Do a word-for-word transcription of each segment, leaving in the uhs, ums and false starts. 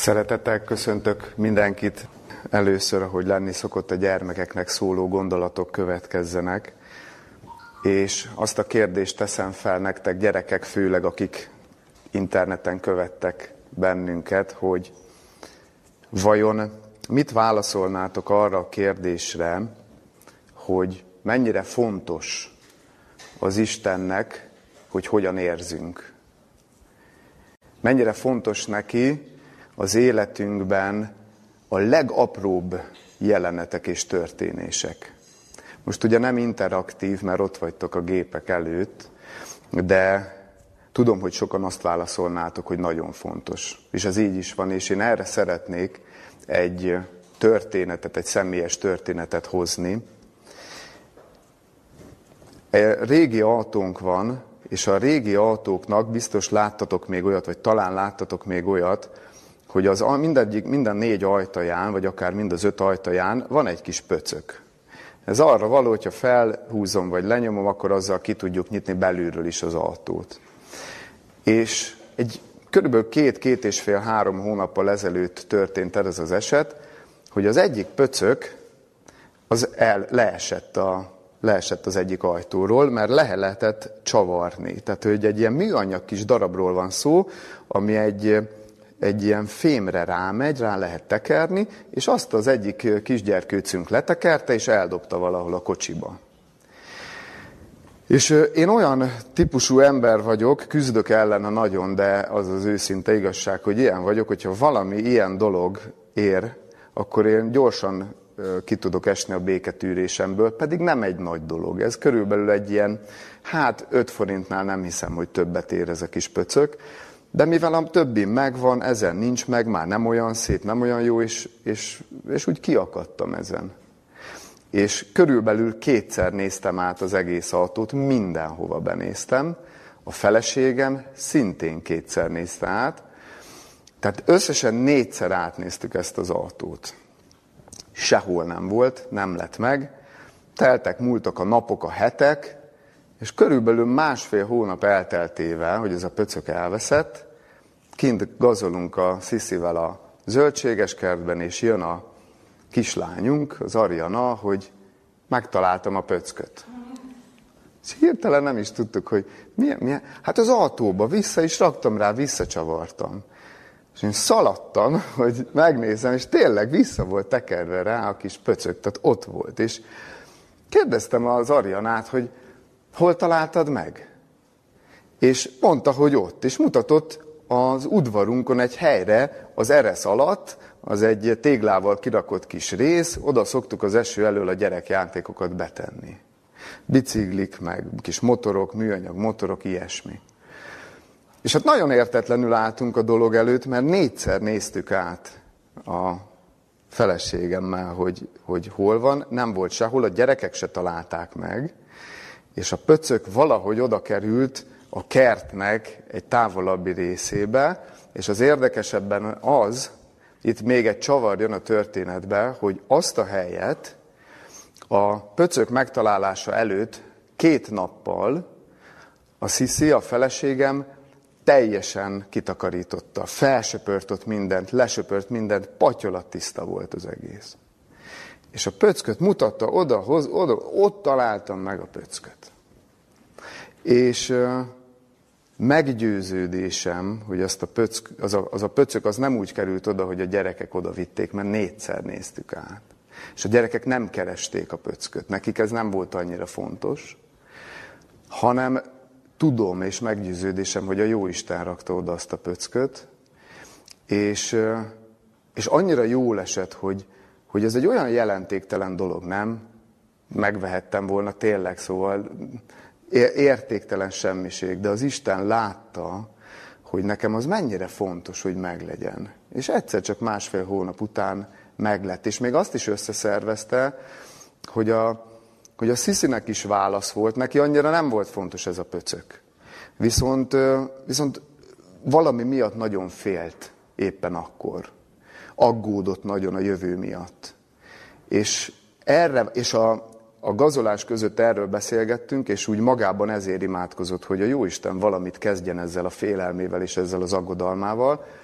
Szeretettel köszöntök mindenkit. Először, ahogy lenni szokott, a gyermekeknek szóló gondolatok következzenek. És azt a kérdést teszem fel nektek, gyerekek főleg, akik interneten követtek bennünket, hogy vajon mit válaszolnátok arra a kérdésre, hogy mennyire fontos az Istennek, hogy hogyan érzünk. Mennyire fontos neki az életünkben a legapróbb jelenetek és történések. Most ugye nem interaktív, mert ott vagytok a gépek előtt, de tudom, hogy sokan azt válaszolnátok, hogy nagyon fontos. És ez így is van, és én erre szeretnék egy történetet, egy személyes történetet hozni. Egy régi autónk van, és a régi autóknak biztos láttatok még olyat, vagy talán láttatok még olyat, hogy az mindegyik, minden négy ajtaján, vagy akár mind az öt ajtaján van egy kis pöcök. Ez arra való, hogyha felhúzom, vagy lenyomom, akkor azzal ki tudjuk nyitni belülről is az autót. És egy körülbelül két-két és fél három hónappal ezelőtt történt ez az eset, hogy az egyik pöcök az el, leesett, a, leesett az egyik ajtóról, mert le lehetett csavarni. Tehát, hogy egy ilyen műanyag kis darabról van szó, ami egy... egy ilyen fémre rámegy, rá lehet tekerni, és azt az egyik kisgyerkőcünk letekerte, és eldobta valahol a kocsiba. És én olyan típusú ember vagyok, küzdök ellene nagyon, de az az őszinte igazság, hogy ilyen vagyok, hogyha valami ilyen dolog ér, akkor én gyorsan ki tudok esni a béketűrésemből, pedig nem egy nagy dolog. Ez körülbelül egy ilyen, hát öt forintnál nem hiszem, hogy többet ér ez a kis pöcök, de mivel a többi megvan, ezen nincs meg, már nem olyan szép, nem olyan jó, és, és, és úgy kiakadtam ezen. És körülbelül kétszer néztem át az egész autót, mindenhova benéztem. A feleségem szintén kétszer nézte át. Tehát összesen négyszer átnéztük ezt az autót. Sehol nem volt, nem lett meg. Teltek, múltak a napok, a hetek, és körülbelül másfél hónap elteltével, hogy ez a pöcök elveszett, kint gazolunk a Sziszivel a zöldséges kertben, és jön a kislányunk, az Ariana, hogy megtaláltam a pöcköt. És hirtelen nem is tudtuk, hogy milyen, milyen. Hát az autóba vissza is raktam rá, visszacsavartam. És én szaladtam, hogy megnézem, és tényleg vissza volt tekerve rá a kis pöcök, tehát ott volt. És kérdeztem az Arianát, hogy hol találtad meg? És mondta, hogy ott. És mutatott az udvarunkon egy helyre, az eresz alatt, az egy téglával kirakott kis rész, oda szoktuk az eső elől a gyerekjátékokat betenni. Biciklik, meg kis motorok, műanyag motorok, ilyesmi. És hát nagyon értetlenül álltunk a dolog előtt, mert négyszer néztük át a feleségemmel, hogy, hogy hol van. Nem volt sehol, a gyerekek se találták meg. És a pöcök valahogy oda került a kertnek egy távolabbi részébe, és az érdekesebben az, itt még egy csavar jön a történetbe, hogy azt a helyet a pöcök megtalálása előtt két nappal a Sziszi, a feleségem teljesen kitakarította, felsöpört ott mindent, lesöpört mindent, patyolattiszta volt az egész. És a pöcköt mutatta oda, hoz, oda, ott találtam meg a pöcköt. És uh, meggyőződésem, hogy azt a pöck, az, a, az a pöcök az nem úgy került oda, hogy a gyerekek oda vitték, mert négyszer néztük át. És a gyerekek nem keresték a pöcköt, nekik ez nem volt annyira fontos, hanem tudom és meggyőződésem, hogy a Jóisten rakta oda azt a pöcköt, és, uh, és annyira jól esett, hogy hogy ez egy olyan jelentéktelen dolog, nem? Megvehettem volna tényleg, szóval értéktelen semmiség, de az Isten látta, hogy nekem az mennyire fontos, hogy meglegyen. És egyszer csak másfél hónap után meglett. És még azt is összeszervezte, hogy a, hogy a Sziszinek is válasz volt, neki annyira nem volt fontos ez a pöcök. Viszont, viszont valami miatt nagyon félt éppen akkor. Aggódott nagyon a jövő miatt. És, erre, és a, a gazolás között erről beszélgettünk, és úgy magában ezért imádkozott, hogy a Jóisten valamit kezdjen ezzel a félelmével és ezzel az aggodalmával,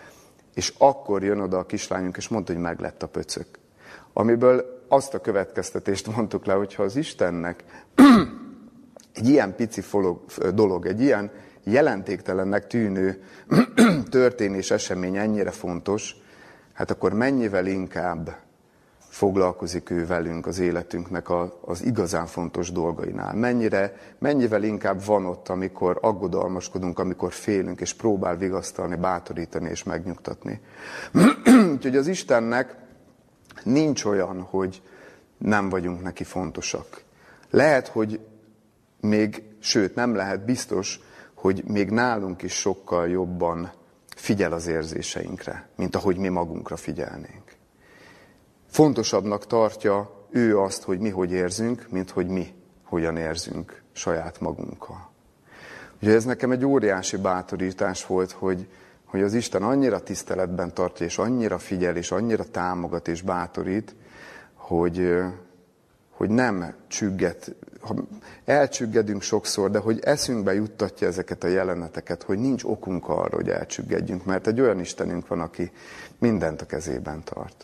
És akkor jön oda a kislányunk, és mondta, hogy meglett a pöcök. Amiből azt a következtetést mondtuk le, hogyha az Istennek egy ilyen pici dolog, egy ilyen jelentéktelennek tűnő történés, esemény ennyire fontos, hát akkor mennyivel inkább foglalkozik ő velünk az életünknek az igazán fontos dolgainál. Mennyire, mennyivel inkább van ott, amikor aggodalmaskodunk, amikor félünk, és próbál vigasztalni, bátorítani és megnyugtatni. Úgyhogy az Istennek nincs olyan, hogy nem vagyunk neki fontosak. Lehet, hogy még, sőt nem lehet, biztos, hogy még nálunk is sokkal jobban figyel az érzéseinkre, mint ahogy mi magunkra figyelnénk. Fontosabbnak tartja ő azt, hogy mi hogy érzünk, mint hogy mi hogyan érzünk saját magunkkal. Ugye ez nekem egy óriási bátorítás volt, hogy, hogy az Isten annyira tiszteletben tartja, és annyira figyel, és annyira támogat és bátorít, hogy, hogy nem csügget, elcsüggedünk sokszor, de hogy eszünkbe juttatja ezeket a jeleneteket, hogy nincs okunk arra, hogy elcsüggedjünk, mert egy olyan Istenünk van, aki mindent a kezében tart.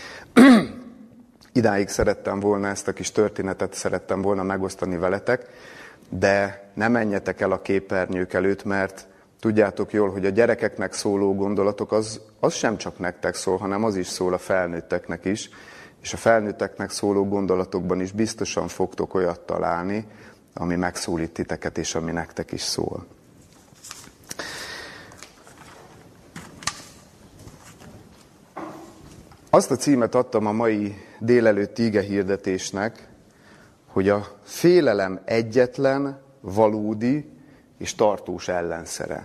Idáig szerettem volna ezt a kis történetet, szerettem volna megosztani veletek, de ne menjetek el a képernyők előtt, mert tudjátok jól, hogy a gyerekeknek szóló gondolatok az, az sem csak nektek szól, hanem az is szól a felnőtteknek is, és a felnőtteknek szóló gondolatokban is biztosan fogtok olyat találni, ami megszólít titeket, és ami nektek is szól. Azt a címet adtam a mai délelőtti igehirdetésnek, hogy a félelem egyetlen, valódi és tartós ellenszere.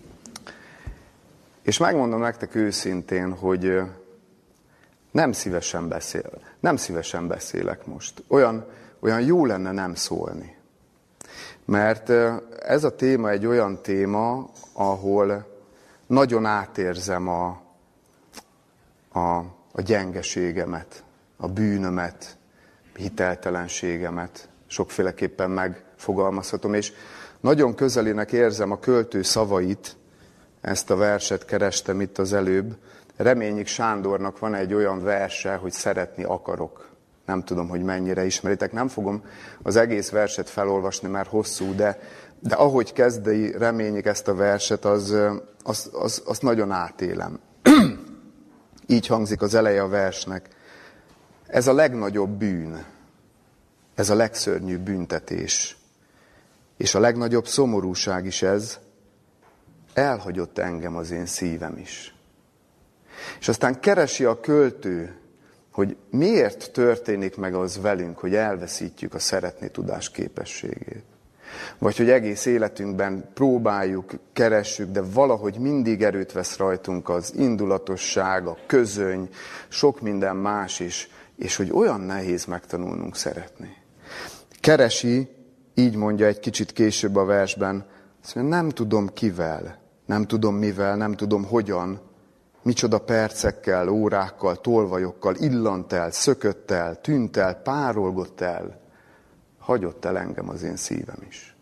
És megmondom nektek őszintén, hogy nem szívesen beszél, nem szívesen beszélek most. Olyan, olyan jó lenne nem szólni. Mert ez a téma egy olyan téma, ahol nagyon átérzem a, a, a gyengeségemet, a bűnömet, hiteltelenségemet, sokféleképpen megfogalmazhatom, és nagyon közelének érzem a költő szavait, ezt a verset kerestem itt az előbb. Reményik Sándornak van egy olyan verse, hogy szeretni akarok. Nem tudom, hogy mennyire ismeritek. Nem fogom az egész verset felolvasni, mert hosszú, de, de ahogy kezdi Reményik ezt a verset, az, az, az, az nagyon átélem. Így hangzik az eleje a versnek. Ez a legnagyobb bűn, ez a legszörnyűbb büntetés, és a legnagyobb szomorúság is ez, elhagyott engem az én szívem is. És aztán keresi a költő, hogy miért történik meg az velünk, hogy elveszítjük a szeretni tudás képességét. Vagy hogy egész életünkben próbáljuk, keressük, de valahogy mindig erőt vesz rajtunk az indulatosság, a közöny, sok minden más is, és hogy olyan nehéz megtanulnunk szeretni. Keresi, így mondja egy kicsit később a versben, azt mondja, nem tudom kivel, nem tudom mivel, nem tudom hogyan, micsoda percekkel, órákkal, tolvajokkal illant el, szökött el, tűnt el, párolgott el, hagyott el engem az én szívem is.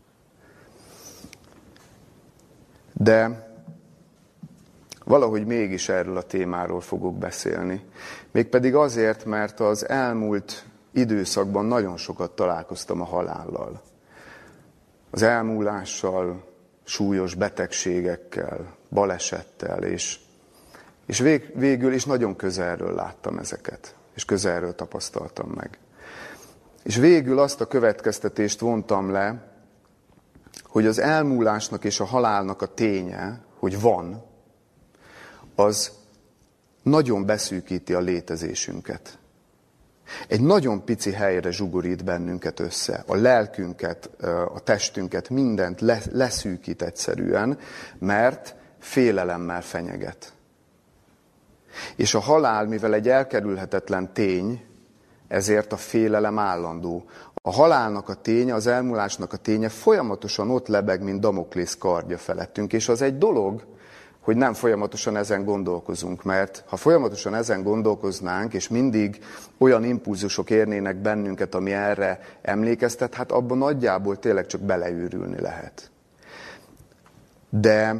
De valahogy mégis erről a témáról fogok beszélni. Mégpedig azért, mert az elmúlt időszakban nagyon sokat találkoztam a halállal. Az elmúlással, súlyos betegségekkel, balesettel, és, és vég, végül is nagyon közelről láttam ezeket, és közelről tapasztaltam meg. És végül azt a következtetést vontam le, hogy az elmúlásnak és a halálnak a ténye, hogy van, az nagyon beszűkíti a létezésünket. Egy nagyon pici helyre zsugorít bennünket össze. A lelkünket, a testünket, mindent leszűkít egyszerűen, mert félelemmel fenyeget. És a halál, mivel egy elkerülhetetlen tény, ezért a félelem állandó. A halálnak a ténye, az elmúlásnak a ténye folyamatosan ott lebeg, mint Damoklész kardja felettünk. És az egy dolog, hogy nem folyamatosan ezen gondolkozunk, mert ha folyamatosan ezen gondolkoznánk, és mindig olyan impulzusok érnének bennünket, ami erre emlékeztet, hát abban nagyjából tényleg csak beleőrülni lehet. De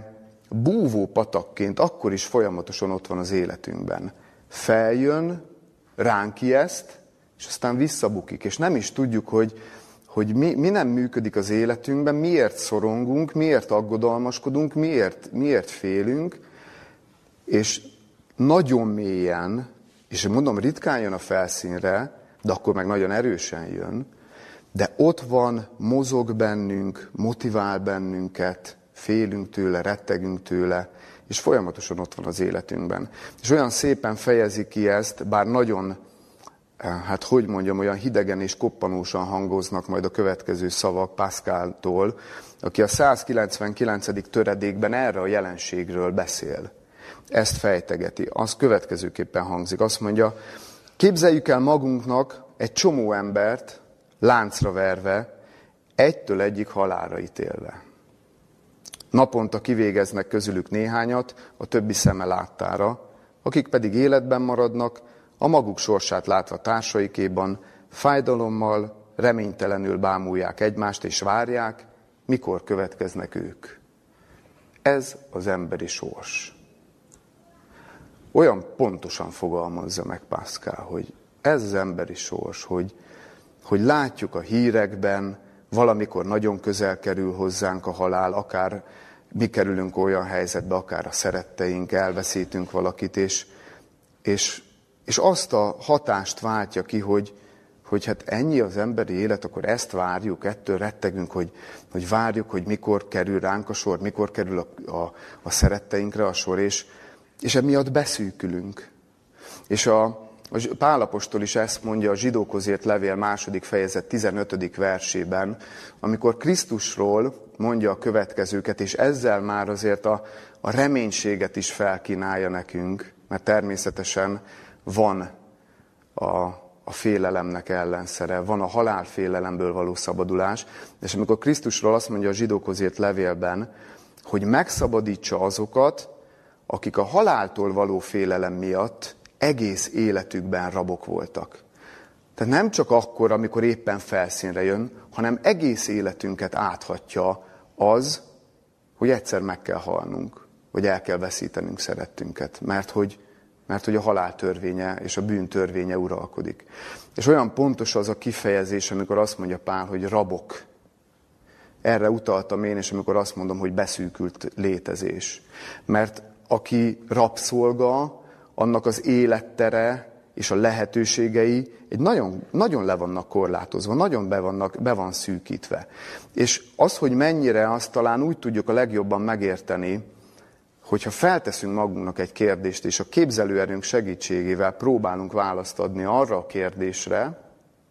búvó patakként akkor is folyamatosan ott van az életünkben. Feljön, ránk ijeszt, és aztán visszabukik. És nem is tudjuk, hogy, hogy mi, mi nem működik az életünkben, miért szorongunk, miért aggodalmaskodunk, miért, miért félünk, és nagyon mélyen, és mondom, ritkán jön a felszínre, de akkor meg nagyon erősen jön, de ott van, mozog bennünk, motivál bennünket, félünk tőle, rettegünk tőle, és folyamatosan ott van az életünkben. És olyan szépen fejezi ki ezt, bár nagyon, hát hogy mondjam, olyan hidegen és koppanósan hangoznak majd a következő szavak Pascaltól, aki a százkilencvenkilencedik töredékben erre a jelenségről beszél. Ezt fejtegeti. Az következőképpen hangzik. Azt mondja, képzeljük el magunknak egy csomó embert, láncra verve, egytől egyig halálra ítélve. Naponta kivégeznek közülük néhányat, a többi szeme láttára, akik pedig életben maradnak, a maguk sorsát látva társaikéban, fájdalommal, reménytelenül bámulják egymást és várják, mikor következnek ők. Ez az emberi sors. Olyan pontosan fogalmazza meg Pascal, hogy ez az emberi sors, hogy, hogy látjuk a hírekben, valamikor nagyon közel kerül hozzánk a halál, akár mi kerülünk olyan helyzetbe, akár a szeretteink, elveszítünk valakit, és, és, és azt a hatást váltja ki, hogy, hogy hát ennyi az emberi élet, akkor ezt várjuk, ettől rettegünk, hogy, hogy várjuk, hogy mikor kerül ránk a sor, mikor kerül a, a, a szeretteinkre a sor, és, és emiatt beszűkülünk. És a Pál apostol is ezt mondja a Zsidókhoz írt levél második fejezet tizenötödik versében, amikor Krisztusról mondja a következőket, és ezzel már azért a, a reménységet is felkínálja nekünk, mert természetesen van a, a félelemnek ellenszere, van a halálfélelemből való szabadulás, és amikor Krisztusról azt mondja a Zsidókhoz írt levélben, hogy megszabadítsa azokat, akik a haláltól való félelem miatt egész életükben rabok voltak. Tehát nem csak akkor, amikor éppen felszínre jön, hanem egész életünket áthatja az, hogy egyszer meg kell halnunk, vagy el kell veszítenünk szerettünket, mert hogy, mert hogy a halál törvénye és a bűn törvénye uralkodik. És olyan pontos az a kifejezés, amikor azt mondja Pál, hogy rabok. Erre utaltam én, és amikor azt mondom, hogy beszűkült létezés. Mert aki rabszolga, annak az élettere és a lehetőségei egy nagyon, nagyon le vannak korlátozva, nagyon be, vannak, be van szűkítve. És az, hogy mennyire, azt talán úgy tudjuk a legjobban megérteni, hogyha felteszünk magunknak egy kérdést, és a képzelőerőnk segítségével próbálunk választ adni arra a kérdésre,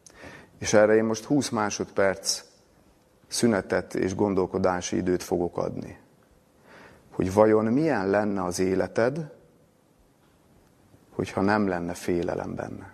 és erre én most húsz másodperc szünetet és gondolkodási időt fogok adni. Hogy vajon milyen lenne az életed, hogyha nem lenne félelem benne.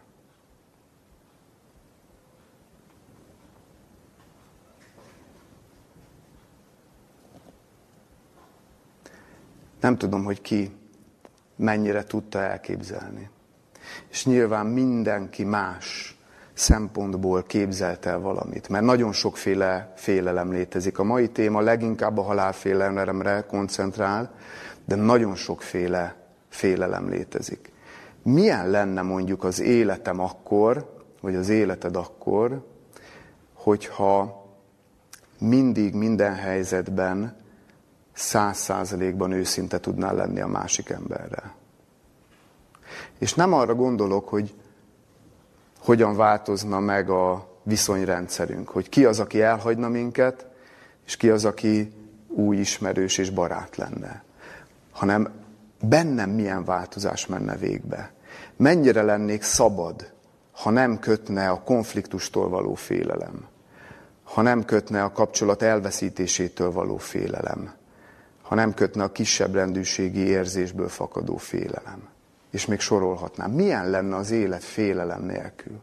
Nem tudom, hogy ki mennyire tudta elképzelni. És nyilván mindenki más szempontból képzelt el valamit, mert nagyon sokféle félelem létezik. A mai téma leginkább a halálfélelemre koncentrál, de nagyon sokféle félelem létezik. Milyen lenne mondjuk az életem akkor, vagy az életed akkor, hogyha mindig, minden helyzetben száz százalékban őszinte tudnál lenni a másik emberrel. És nem arra gondolok, hogy hogyan változna meg a viszonyrendszerünk, hogy ki az, aki elhagyna minket, és ki az, aki új ismerős és barát lenne, hanem bennem milyen változás menne végbe. Mennyire lennék szabad, ha nem kötne a konfliktustól való félelem, ha nem kötne a kapcsolat elveszítésétől való félelem, ha nem kötne a kisebbrendűségi érzésből fakadó félelem. És még sorolhatnám. Milyen lenne az élet félelem nélkül?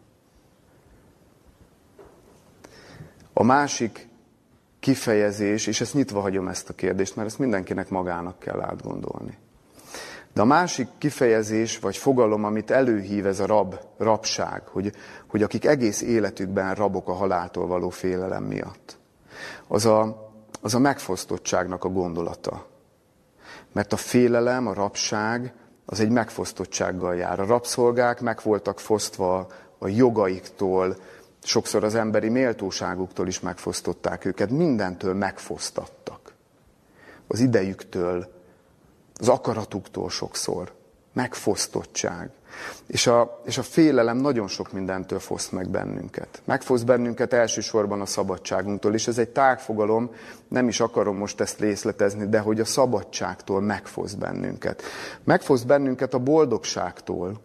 A másik kifejezés, és ezt nyitva hagyom ezt a kérdést, mert ezt mindenkinek magának kell átgondolni. De a másik kifejezés, vagy fogalom, amit előhív ez a rab, rabság, hogy, hogy akik egész életükben rabok a haláltól való félelem miatt, az a, az a megfosztottságnak a gondolata. Mert a félelem, a rabság, az egy megfosztottsággal jár. A rabszolgák meg voltak fosztva a jogaiktól, sokszor az emberi méltóságuktól is megfosztották őket, mindentől megfosztattak. Az idejüktől, az akaratuktól sokszor. Megfosztottság. És a, és a félelem nagyon sok mindentől foszt meg bennünket. Megfoszt bennünket elsősorban a szabadságunktól, és ez egy tágfogalom, nem is akarom most ezt részletezni, de hogy a szabadságtól megfoszt bennünket. Megfoszt bennünket a boldogságtól,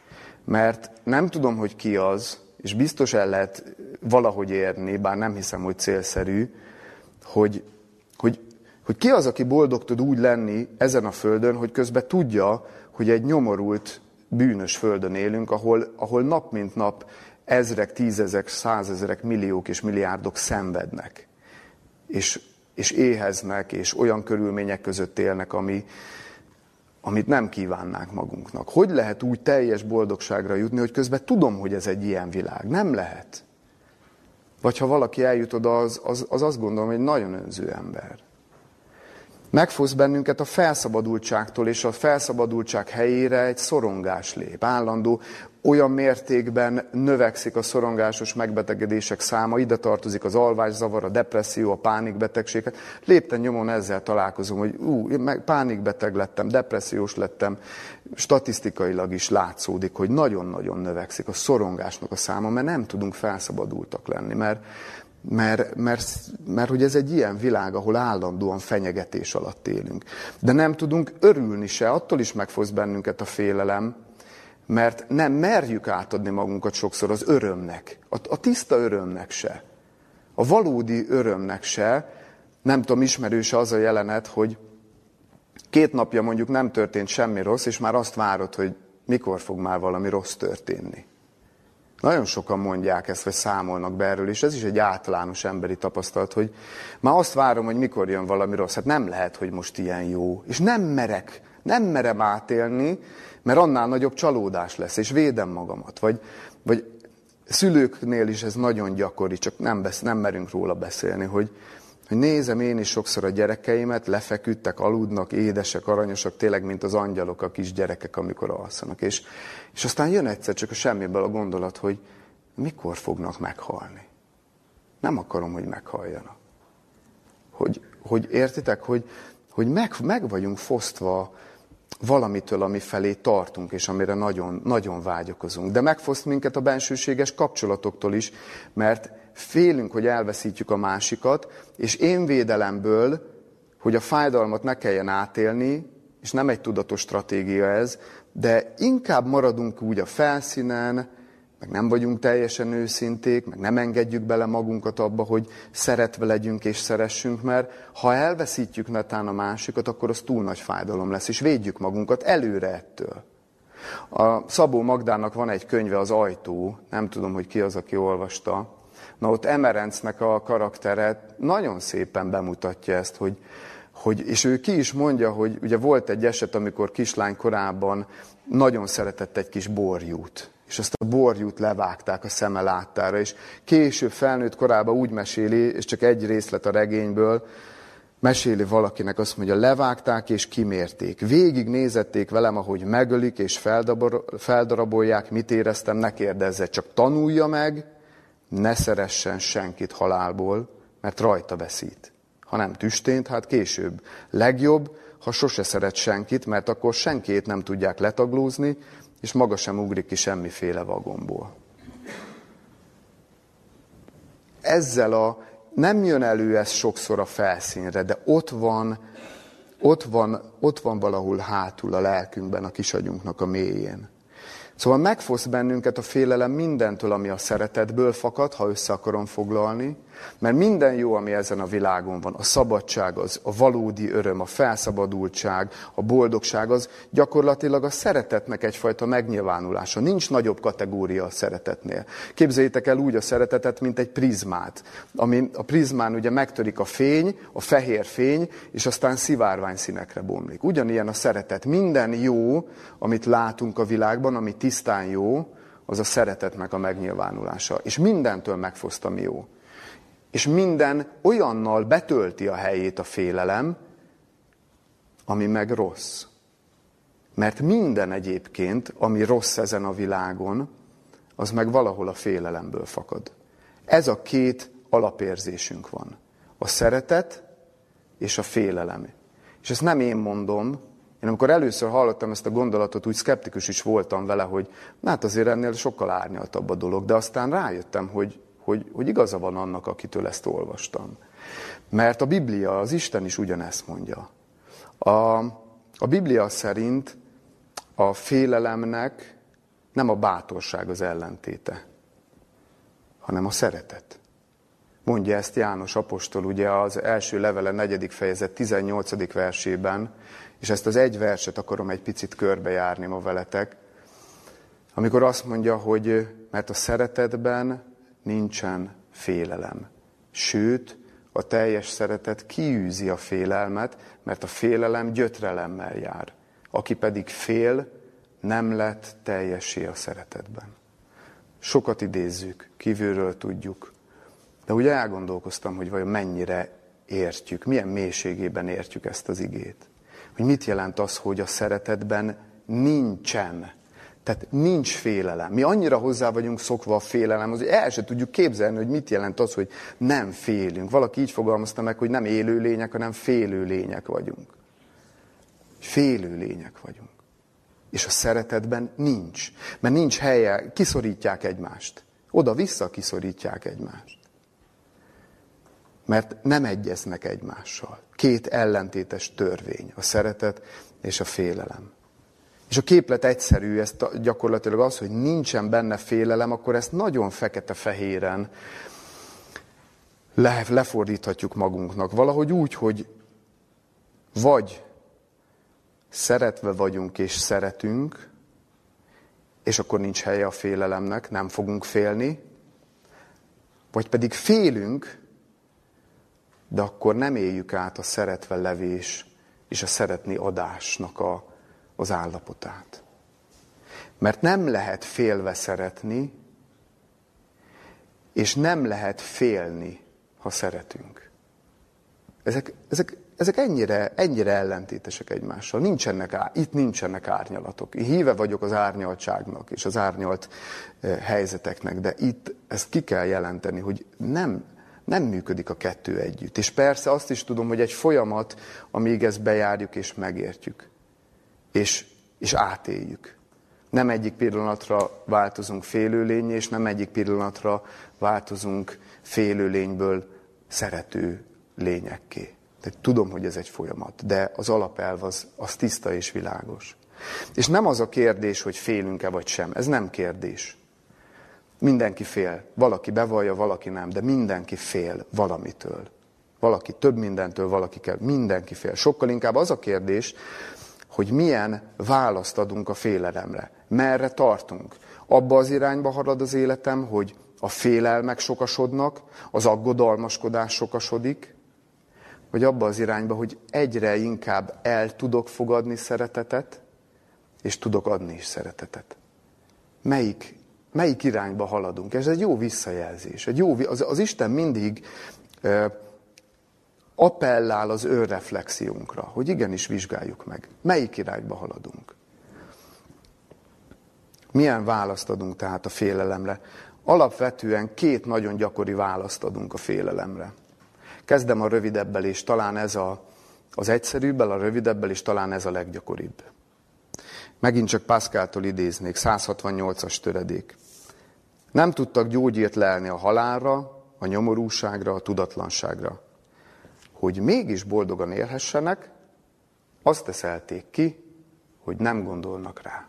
mert nem tudom, hogy ki az, és biztos el lehet valahogy érni, bár nem hiszem, hogy célszerű, hogy, hogy, hogy ki az, aki boldog tud úgy lenni ezen a földön, hogy közben tudja, hogy egy nyomorult, bűnös földön élünk, ahol, ahol nap mint nap ezrek, tízezek, százezerek, milliók és milliárdok szenvednek, és, és éheznek, és olyan körülmények között élnek, ami, amit nem kívánnánk magunknak. Hogy lehet úgy teljes boldogságra jutni, hogy közben tudom, hogy ez egy ilyen világ? Nem lehet. Vagy ha valaki eljut oda, az, az, az azt gondolom, hogy egy nagyon önző ember. Megfoszt bennünket a felszabadultságtól, és a felszabadultság helyére egy szorongás lép. Állandó olyan mértékben növekszik a szorongásos megbetegedések száma, ide tartozik az alvászavar, a depresszió, a pánikbetegség. Lépten nyomon ezzel találkozom, hogy ú, én meg pánikbeteg lettem, depressziós lettem. Statisztikailag is látszódik, hogy nagyon-nagyon növekszik a szorongásnak a száma, mert nem tudunk felszabadultak lenni, mert Mert, mert, mert hogy ez egy ilyen világ, ahol állandóan fenyegetés alatt élünk. De nem tudunk örülni se, attól is megfoszt bennünket a félelem, mert nem merjük átadni magunkat sokszor az örömnek, a, a tiszta örömnek se, a valódi örömnek se. Nem tudom, ismerőse az a jelenet, hogy két napja mondjuk nem történt semmi rossz, és már azt várod, hogy mikor fog már valami rossz történni. Nagyon sokan mondják ezt, vagy számolnak be erről, és ez is egy általános emberi tapasztalat, hogy már azt várom, hogy mikor jön valami rossz. Hát nem lehet, hogy most ilyen jó. És nem merek, nem merem átélni, mert annál nagyobb csalódás lesz, és védem magamat. Vagy, vagy szülőknél is ez nagyon gyakori, csak nem, besz, nem merünk róla beszélni, hogy, hogy nézem én is sokszor a gyerekeimet, lefeküdtek, aludnak, édesek, aranyosak, tényleg, mint az angyalok, a kis gyerekek, amikor alszanak. És, és aztán jön egyszer csak a semmiből a gondolat, hogy mikor fognak meghalni. Nem akarom, hogy meghalljanak. Hogy, hogy értitek, hogy, hogy meg, meg vagyunk fosztva valamitől, ami felé tartunk, és amire nagyon, nagyon vágyakozunk. De megfoszt minket a bensőséges kapcsolatoktól is, mert félünk, hogy elveszítjük a másikat, és én védelemből, hogy a fájdalmat ne kelljen átélni, és nem egy tudatos stratégia ez, de inkább maradunk úgy a felszínen, meg nem vagyunk teljesen őszinték, meg nem engedjük bele magunkat abba, hogy szeretve legyünk és szeressünk, mert ha elveszítjük netán a másikat, akkor az túl nagy fájdalom lesz, és védjük magunkat előre ettől. A Szabó Magdának van egy könyve, Az ajtó, nem tudom, hogy ki az, aki olvasta. Na ott Emerencnek a karaktere nagyon szépen bemutatja ezt, hogy, hogy, és ő ki is mondja, hogy ugye volt egy eset, amikor kislány korában nagyon szeretett egy kis borjút, és azt a borjút levágták a szeme láttára, és később felnőtt korában úgy meséli, és csak egy részlet a regényből, meséli valakinek, azt mondja, levágták és kimérték. Végig nézették velem, ahogy megölik és feldarabolják, mit éreztem, ne kérdezze, csak tanulja meg, ne szeressen senkit halálból, mert rajta veszít. Ha nem tüstént, hát később. Legjobb, ha sose szeret senkit, mert akkor senkit nem tudják letaglózni, és maga sem ugrik ki semmiféle vagonból. Ezzel a, nem jön elő ez sokszor a felszínre, de ott van, ott van, ott van valahol hátul a lelkünkben, a kisagyunknak a mélyén. Szóval megfoszt bennünket a félelem mindentől, ami a szeretetből fakad, ha össze akarom foglalni, mert minden jó, ami ezen a világon van, a szabadság, az, a valódi öröm, a felszabadultság, a boldogság, az gyakorlatilag a szeretetnek egyfajta megnyilvánulása. Nincs nagyobb kategória a szeretetnél. Képzeljétek el úgy a szeretetet, mint egy prizmát. Ami a prizmán ugye megtörik a fény, a fehér fény, és aztán szivárvány színekre bomlik. Ugyanilyen a szeretet. Minden jó, amit látunk a világban, ami tisztán jó, az a szeretetnek a megnyilvánulása. És mindentől megfoszt, ami jó. És minden olyannal betölti a helyét a félelem, ami meg rossz. Mert minden egyébként, ami rossz ezen a világon, az meg valahol a félelemből fakad. Ez a két alapérzésünk van. A szeretet és a félelem. És ezt nem én mondom. Én amikor először hallottam ezt a gondolatot, úgy szkeptikus is voltam vele, hogy hát azért ennél sokkal árnyaltabb a dolog. De aztán rájöttem, hogy, hogy, hogy igaza van annak, akitől ezt olvastam. Mert a Biblia, az Isten is ugyanezt mondja. A, a Biblia szerint a félelemnek nem a bátorság az ellentéte, hanem a szeretet. Mondja ezt János apostol, ugye az első levele negyedik fejezet tizennyolcadik versében, és ezt az egy verset akarom egy picit körbejárni ma veletek, amikor azt mondja, hogy mert a szeretetben nincsen félelem. Sőt, a teljes szeretet kiűzi a félelmet, mert a félelem gyötrelemmel jár. Aki pedig fél, nem lett teljessé a szeretetben. Sokat idézzük, kívülről tudjuk. De úgy elgondolkoztam, hogy vajon mennyire értjük, milyen mélységében értjük ezt az igét. Hogy mit jelent az, hogy a szeretetben nincsen. Tehát nincs félelem. Mi annyira hozzá vagyunk szokva a félelemhoz, hogy el sem tudjuk képzelni, hogy mit jelent az, hogy nem félünk. Valaki így fogalmazta meg, hogy nem élő lények, hanem félő lények vagyunk. Félő lények vagyunk. És a szeretetben nincs. Mert nincs helye, kiszorítják egymást. Oda-vissza kiszorítják egymást. Mert nem egyeznek egymással. Két ellentétes törvény, a szeretet és a félelem. És a képlet egyszerű, ez gyakorlatilag az, hogy nincsen benne félelem, akkor ezt nagyon fekete-fehéren le, lefordíthatjuk magunknak. Valahogy úgy, hogy vagy szeretve vagyunk és szeretünk, és akkor nincs helye a félelemnek, nem fogunk félni, vagy pedig félünk, de akkor nem éljük át a szeretve levés és a szeretni adásnak a, az állapotát. Mert nem lehet félve szeretni, és nem lehet félni, ha szeretünk. Ezek, ezek, ezek ennyire, ennyire ellentétesek egymással. Nincsenek, itt nincsenek árnyalatok. Én híve vagyok az árnyaltságnak és az árnyalt helyzeteknek, de itt ezt ki kell jelenteni, hogy nem, nem működik a kettő együtt. És persze azt is tudom, hogy egy folyamat, amíg ezt bejárjuk és megértjük. És, és átéljük. Nem egyik pillanatra változunk félőlényé, és nem egyik pillanatra változunk félőlényből szerető lényekké. Tehát tudom, hogy ez egy folyamat, de az alapelv az, az tiszta és világos. És nem az a kérdés, hogy félünk-e vagy sem. Ez nem kérdés. Mindenki fél. Valaki bevallja, valaki nem, de mindenki fél valamitől. Valaki több mindentől, valaki kell. Mindenki fél. Sokkal inkább az a kérdés, hogy milyen választ adunk a félelemre. Merre tartunk? Abba az irányba halad az életem, hogy a félelmek sokasodnak, az aggodalmaskodás sokasodik, vagy abba az irányba, hogy egyre inkább el tudok fogadni szeretetet, és tudok adni is szeretetet. Melyik, melyik irányba haladunk? Ez egy jó visszajelzés. Egy jó, az, az Isten mindig e, appellál az önreflexiónkra, hogy igenis vizsgáljuk meg. Melyik irányba haladunk? Milyen választ adunk tehát a félelemre? Alapvetően két nagyon gyakori választ adunk a félelemre. Kezdem a rövidebbel, és talán ez a, az egyszerűbbel, a rövidebbel, és talán ez a leggyakoribb. Megint csak Pascaltól idéznék, száz hatvannyolcas töredék. Nem tudtak gyógyírt lelni a halálra, a nyomorúságra, a tudatlanságra. Hogy mégis boldogan élhessenek, azt teszelték ki, hogy nem gondolnak rá.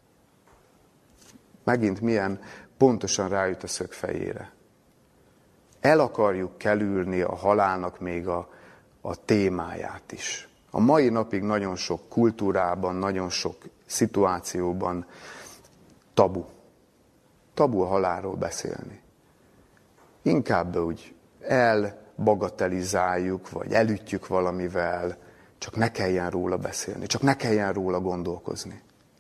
Megint milyen pontosan ráüt a szög fejére. El akarjuk kerülni a halálnak még a, a témáját is. A mai napig nagyon sok kultúrában, nagyon sok szituációban tabu. Tabu a halálról beszélni. Inkább úgy elbagatelizáljuk, vagy elütjük valamivel, csak ne kelljen róla beszélni, csak ne kelljen róla gondolkozni.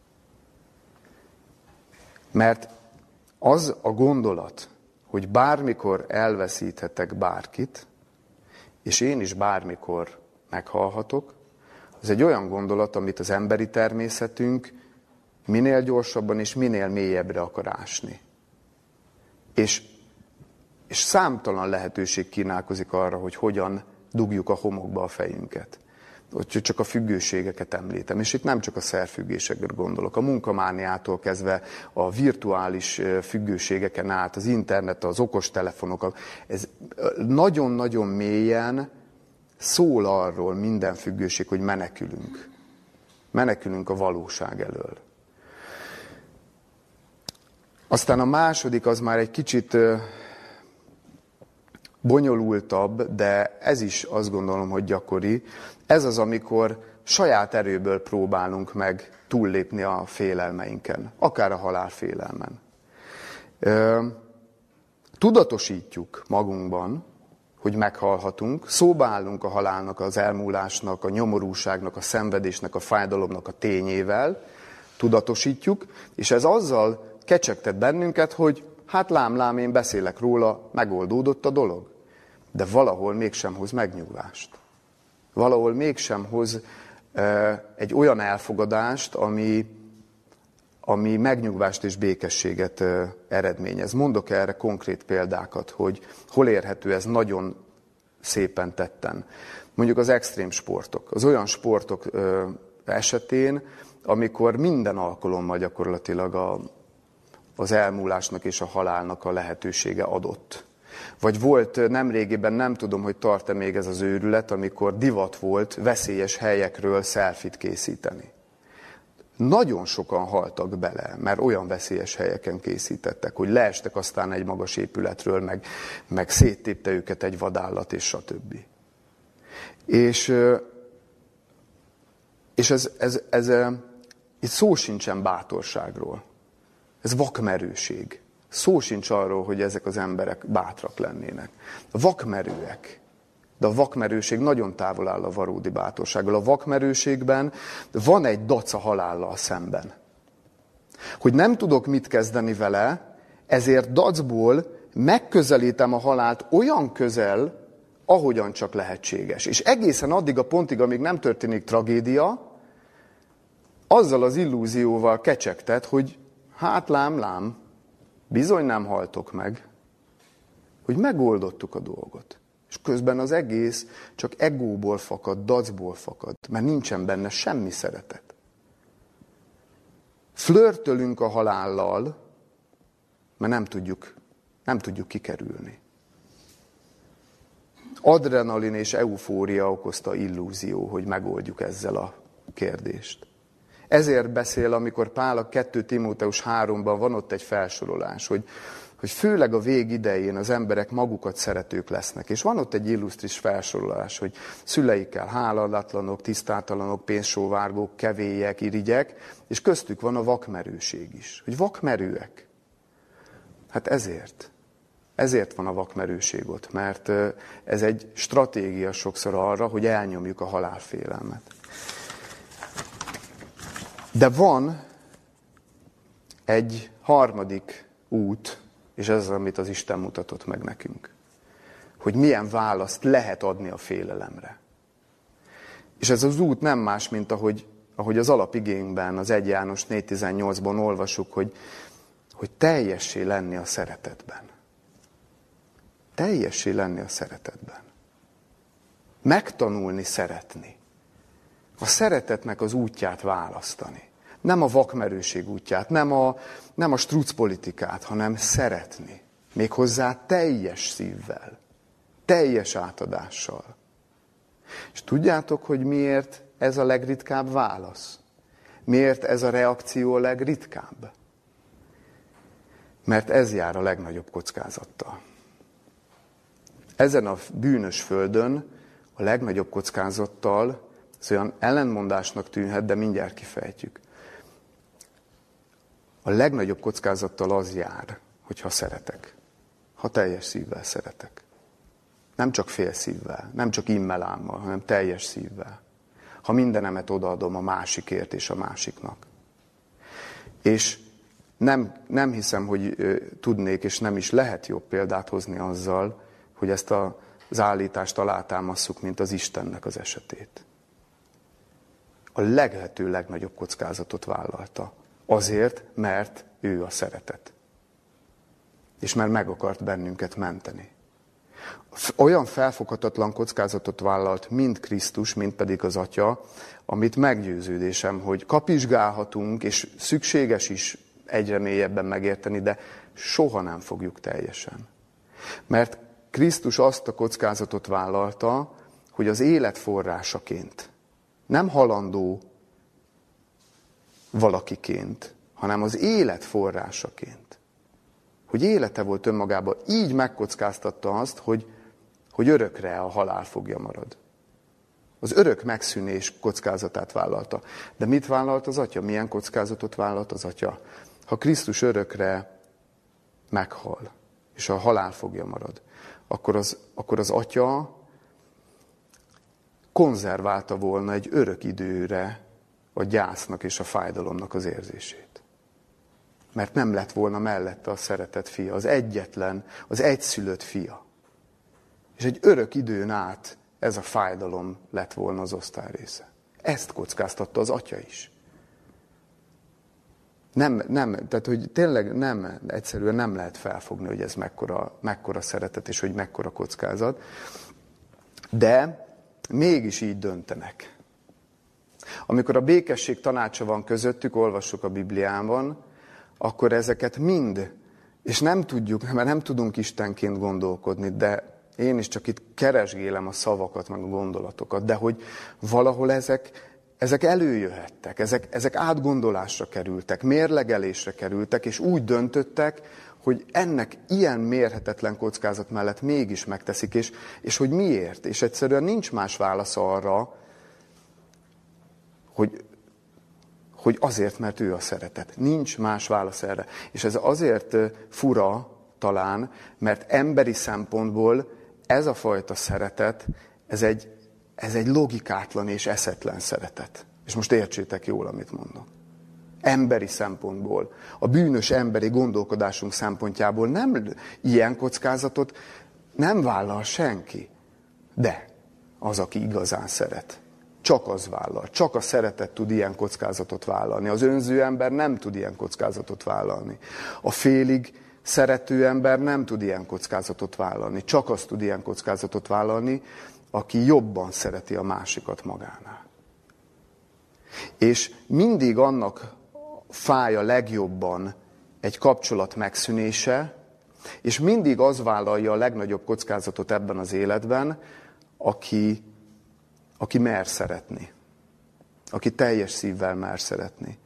Mert az a gondolat, hogy bármikor elveszíthetek bárkit, és én is bármikor meghalhatok, az Ez egy olyan gondolat, amit az emberi természetünk minél gyorsabban és minél mélyebbre akar ásni. És, és számtalan lehetőség kínálkozik arra, hogy hogyan dugjuk a homokba a fejünket. Hogy csak a függőségeket említem, és itt nem csak a szerfüggésekre gondolok, a munkamániától kezdve a virtuális függőségeken át, az internet, az okostelefonok, ez nagyon-nagyon mélyen szól arról minden függőség, hogy menekülünk. Menekülünk a valóság elől. Aztán a második az már egy kicsit bonyolultabb, de ez is azt gondolom, hogy gyakori. Ez az, amikor saját erőből próbálunk meg túllépni a félelmeinken, akár a halálfélelmen. Tudatosítjuk magunkban, hogy meghalhatunk, szóba állunk a halálnak, az elmúlásnak, a nyomorúságnak, a szenvedésnek, a fájdalomnak a tényével, tudatosítjuk, és ez azzal kecsegtet bennünket, hogy hát lám-lám, én beszélek róla, megoldódott a dolog. De valahol mégsem hoz megnyugvást. Valahol mégsem hoz e, egy olyan elfogadást, ami, ami megnyugvást és békességet e, eredményez. Mondok erre konkrét példákat, hogy hol érhető ez nagyon szépen tetten. Mondjuk az extrém sportok. Az olyan sportok e, esetén, amikor minden alkalommal gyakorlatilag a az elmúlásnak és a halálnak a lehetősége adott. Vagy volt nemrégiben, nem tudom, hogy tart-e még ez az őrület, amikor divat volt veszélyes helyekről szelfit készíteni. Nagyon sokan haltak bele, mert olyan veszélyes helyeken készítettek, hogy leestek aztán egy magas épületről, meg, meg széttépte őket egy vadállat, és stb. És, és ez, ez, ez, ez, itt szó sincsen bátorságról. Ez vakmerőség. Szó sincs arról, hogy ezek az emberek bátrak lennének. Vakmerőek. De a vakmerőség nagyon távol áll a valódi bátorsággal. A vakmerőségben van egy daca halállal szemben. Hogy nem tudok mit kezdeni vele, ezért dacból megközelítem a halált olyan közel, ahogyan csak lehetséges. És egészen addig a pontig, amíg nem történik tragédia, azzal az illúzióval kecsegtet, hogy hát lám, lám, bizony nem haltok meg, hogy megoldottuk a dolgot. És közben az egész csak egóból fakad, dacból fakad, mert nincsen benne semmi szeretet. Flörtölünk a halállal, mert nem tudjuk, nem tudjuk kikerülni. Adrenalin és eufória okozta illúzió, hogy megoldjuk ezzel a kérdést. Ezért beszél, amikor Pál a kettő Timóteus háromban van ott egy felsorolás, hogy, hogy főleg a vég idején az emberek magukat szeretők lesznek. És van ott egy illusztris felsorolás, hogy szüleikkel háladatlanok, tisztátalanok, pénzsóvárgók, kevélyek, irigyek, és köztük van a vakmerőség is. Hogy vakmerőek. Hát ezért. Ezért van a vakmerőség ott, mert ez egy stratégia sokszor arra, hogy elnyomjuk a halálfélelmet. De van egy harmadik út, és ez az, amit az Isten mutatott meg nekünk. Hogy milyen választ lehet adni a félelemre. És ez az út nem más, mint ahogy, ahogy az alapigénkben, az egy János négy tizennyolcban olvasuk, hogy, hogy teljessé lenni a szeretetben. Teljessé lenni a szeretetben. Megtanulni szeretni. A szeretetnek az útját választani. Nem a vakmerőség útját, nem a, nem a struccpolitikát, hanem szeretni. Méghozzá teljes szívvel, teljes átadással. És tudjátok, hogy miért ez a legritkább válasz? Miért ez a reakció a legritkább? Mert ez jár a legnagyobb kockázattal. Ezen a bűnös földön a legnagyobb kockázattal, ez olyan ellenmondásnak tűnhet, de mindjárt kifejtjük. A legnagyobb kockázattal az jár, hogyha szeretek. Ha teljes szívvel szeretek. Nem csak fél szívvel, nem csak immelámmal, hanem teljes szívvel. Ha mindenemet odaadom a másikért és a másiknak. És nem, nem hiszem, hogy tudnék, és nem is lehet jobb példát hozni azzal, hogy ezt az állítást alátámasszuk, mint az Istennek az esetét. a lehető legnagyobb kockázatot vállalta. Azért, mert ő a szeretet. És mert meg akart bennünket menteni. Olyan felfoghatatlan kockázatot vállalt mind Krisztus, mind pedig az Atya, amit meggyőződésem, hogy kapizsgálhatunk, és szükséges is egyre mélyebben megérteni, de soha nem fogjuk teljesen. Mert Krisztus azt a kockázatot vállalta, hogy az élet forrásaként, nem halandó valakiként, hanem az élet forrásaként, hogy élete volt önmagában, így megkockáztatta azt, hogy, hogy örökre a halál fogja marad. Az örök megszűnés kockázatát vállalta. De mit vállalt az Atya? Milyen kockázatot vállalt az Atya? Ha Krisztus örökre meghal, és a halál fogja marad, akkor az, akkor az Atya konzerválta volna egy örök időre a gyásznak és a fájdalomnak az érzését. Mert nem lett volna mellette a szeretett fia, az egyetlen, az egyszülött fia. És egy örök időn át ez a fájdalom lett volna az osztály része. Ezt kockáztatta az Atya is. Nem, nem, tehát hogy tényleg nem, egyszerűen nem lehet felfogni, hogy ez mekkora, mekkora szeretet, és hogy mekkora kockázat. De mégis így döntenek. Amikor a békesség tanácsa van közöttük, olvassuk a Bibliában, akkor ezeket mind, és nem tudjuk, mert nem tudunk Istenként gondolkodni, de én is csak itt keresgélem a szavakat, meg a gondolatokat, de hogy valahol ezek, ezek előjöhettek, ezek, ezek átgondolásra kerültek, mérlegelésre kerültek, és úgy döntöttek, hogy ennek ilyen mérhetetlen kockázat mellett mégis megteszik, és, és hogy miért. És egyszerűen nincs más válasz arra, hogy, hogy azért, mert ő a szeretet. Nincs más válasz erre. És ez azért fura talán, mert emberi szempontból ez a fajta szeretet, ez egy, ez egy logikátlan és eszetlen szeretet. És most értsétek jól, amit mondom. Emberi szempontból, a bűnös emberi gondolkodásunk szempontjából nem ilyen kockázatot nem vállal senki. De az, aki igazán szeret, csak az vállal. Csak a szeretet tud ilyen kockázatot vállalni. Az önző ember nem tud ilyen kockázatot vállalni. A félig szerető ember nem tud ilyen kockázatot vállalni. Csak az tud ilyen kockázatot vállalni, aki jobban szereti a másikat magánál. És mindig annak fáj a legjobban egy kapcsolat megszűnése, és mindig az vállalja a legnagyobb kockázatot ebben az életben, aki, aki mer szeretni. Aki teljes szívvel mer szeretni.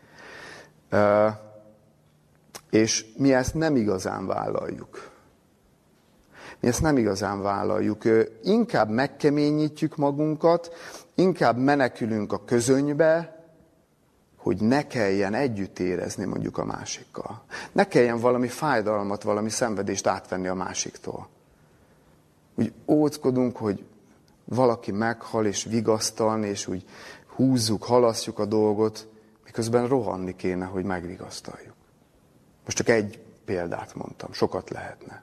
És mi ezt nem igazán vállaljuk. Mi ezt nem igazán vállaljuk. Inkább megkeményítjük magunkat, inkább menekülünk a közönybe, hogy ne kelljen együtt érezni mondjuk a másikkal. Ne kelljen valami fájdalmat, valami szenvedést átvenni a másiktól. Úgy óckodunk, hogy valaki meghal és vigasztalni, és úgy húzzuk, halasztjuk a dolgot, miközben rohanni kéne, hogy megvigasztaljuk. Most csak egy példát mondtam, sokat lehetne.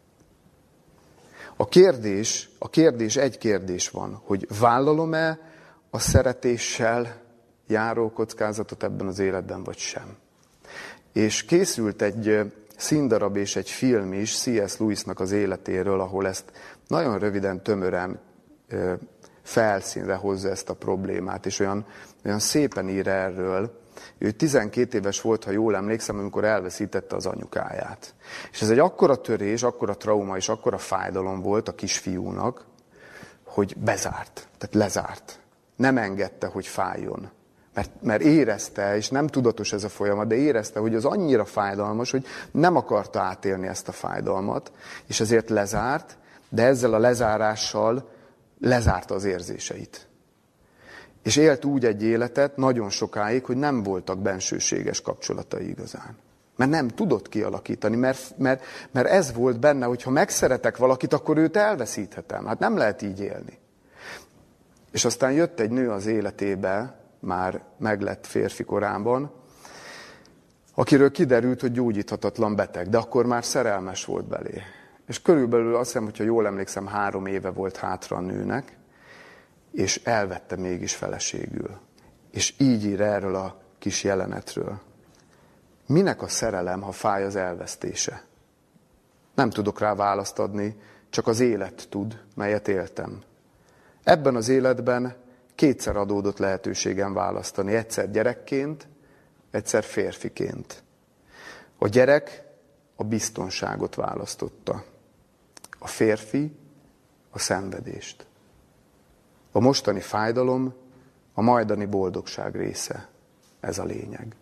A kérdés, a kérdés egy kérdés van, hogy vállalom-e a szeretéssel járó kockázatot ebben az életben, vagy sem. És készült egy színdarab és egy film is C S Lewisnak az életéről, ahol ezt nagyon röviden, tömören felszínre hozza ezt a problémát, és olyan, olyan szépen ír erről. Ő tizenkét éves volt, ha jól emlékszem, amikor elveszítette az anyukáját. És ez egy akkora törés, akkora trauma és akkora fájdalom volt a kisfiúnak, hogy bezárt, tehát lezárt. Nem engedte, hogy fájjon. Mert, mert érezte, és nem tudatos ez a folyamat, de érezte, hogy az annyira fájdalmas, hogy nem akarta átélni ezt a fájdalmat, és ezért lezárt, de ezzel a lezárással lezárta az érzéseit. És élt úgy egy életet nagyon sokáig, hogy nem voltak bensőséges kapcsolatai igazán. Mert nem tudott kialakítani, mert, mert, mert ez volt benne, hogy ha megszeretek valakit, akkor őt elveszíthetem. Hát nem lehet így élni. És aztán jött egy nő az életébe, már meglett férfi korában, akiről kiderült, hogy gyógyíthatatlan beteg, de akkor már szerelmes volt belé. És körülbelül azt hiszem, hogyha jól emlékszem, három éve volt hátra a nőnek, és elvette mégis feleségül. És így ír erről a kis jelenetről. Minek a szerelem, ha fáj az elvesztése? Nem tudok rá választ adni, csak az élet tud, melyet éltem. Ebben az életben kétszer adódott lehetőségem választani. Egyszer gyerekként, egyszer férfiként. A gyerek a biztonságot választotta. A férfi a szenvedést. A mostani fájdalom a majdani boldogság része. Ez a lényeg.